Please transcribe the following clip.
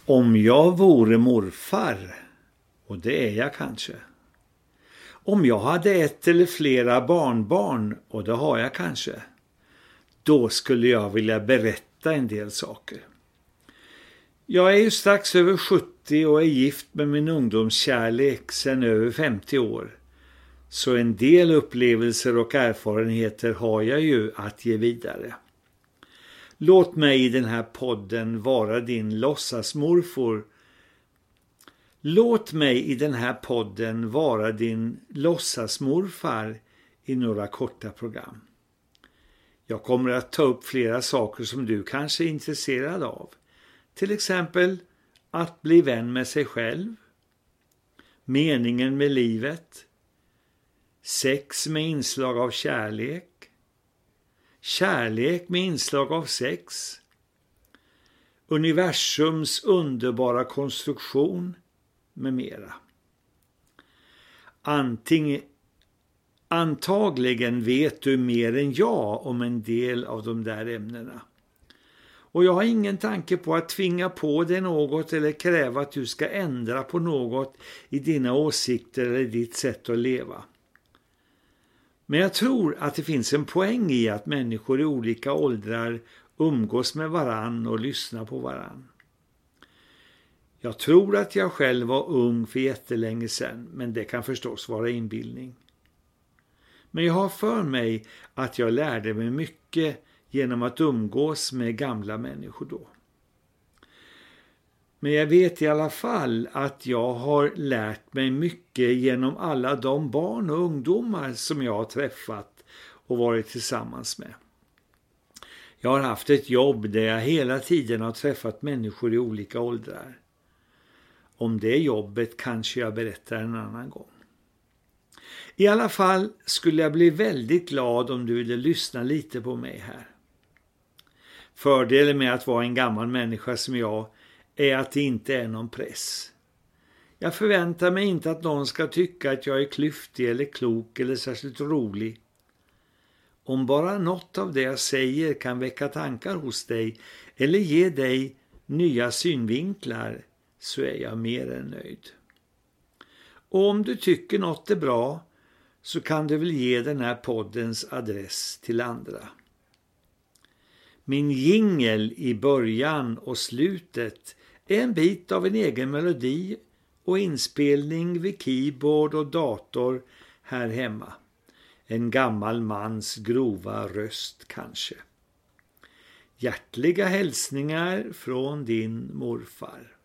Om jag vore morfar, och det är jag kanske. Om jag hade ett eller flera barnbarn, och det har jag kanske. Då skulle jag vilja berätta en del saker. Jag är ju strax över 70 och är gift med min ungdomskärlek sedan över 50 år. Så en del upplevelser och erfarenheter har jag ju att ge vidare. Låt mig i den här podden vara din låtsasmorfar. Låt mig i den här podden vara din låtsasmorfar i några korta program. Jag kommer att ta upp flera saker som du kanske är intresserad av. Till exempel att bli vän med sig själv, meningen med livet, sex med inslag av kärlek, kärlek med inslag av sex, universums underbara konstruktion med mera. Antagligen vet du mer än jag om en del av de där ämnena. Och jag har ingen tanke på att tvinga på dig något eller kräva att du ska ändra på något i dina åsikter eller ditt sätt att leva. Men jag tror att det finns en poäng i att människor i olika åldrar umgås med varann och lyssnar på varann. Jag tror att jag själv var ung för jättelänge sedan, men det kan förstås vara inbildning. Men jag har för mig att jag lärde mig mycket genom att umgås med gamla människor då. Men jag vet i alla fall att jag har lärt mig mycket genom alla de barn och ungdomar som jag har träffat och varit tillsammans med. Jag har haft ett jobb där jag hela tiden har träffat människor i olika åldrar. Om det jobbet kanske jag berättar en annan gång. I alla fall skulle jag bli väldigt glad om du ville lyssna lite på mig här. Fördelen med att vara en gammal människa som jag är att det inte är någon press. Jag förväntar mig inte att någon ska tycka att jag är klyftig eller klok eller särskilt rolig. Om bara något av det jag säger kan väcka tankar hos dig eller ge dig nya synvinklar så är jag mer än nöjd. Och om du tycker något är bra så kan du väl ge den här poddens adress till andra. Min jingle i början och slutet är en bit av en egen melodi och inspelning vid keyboard och dator här hemma. En gammal mans grova röst kanske. Hjärtliga hälsningar från din morfar.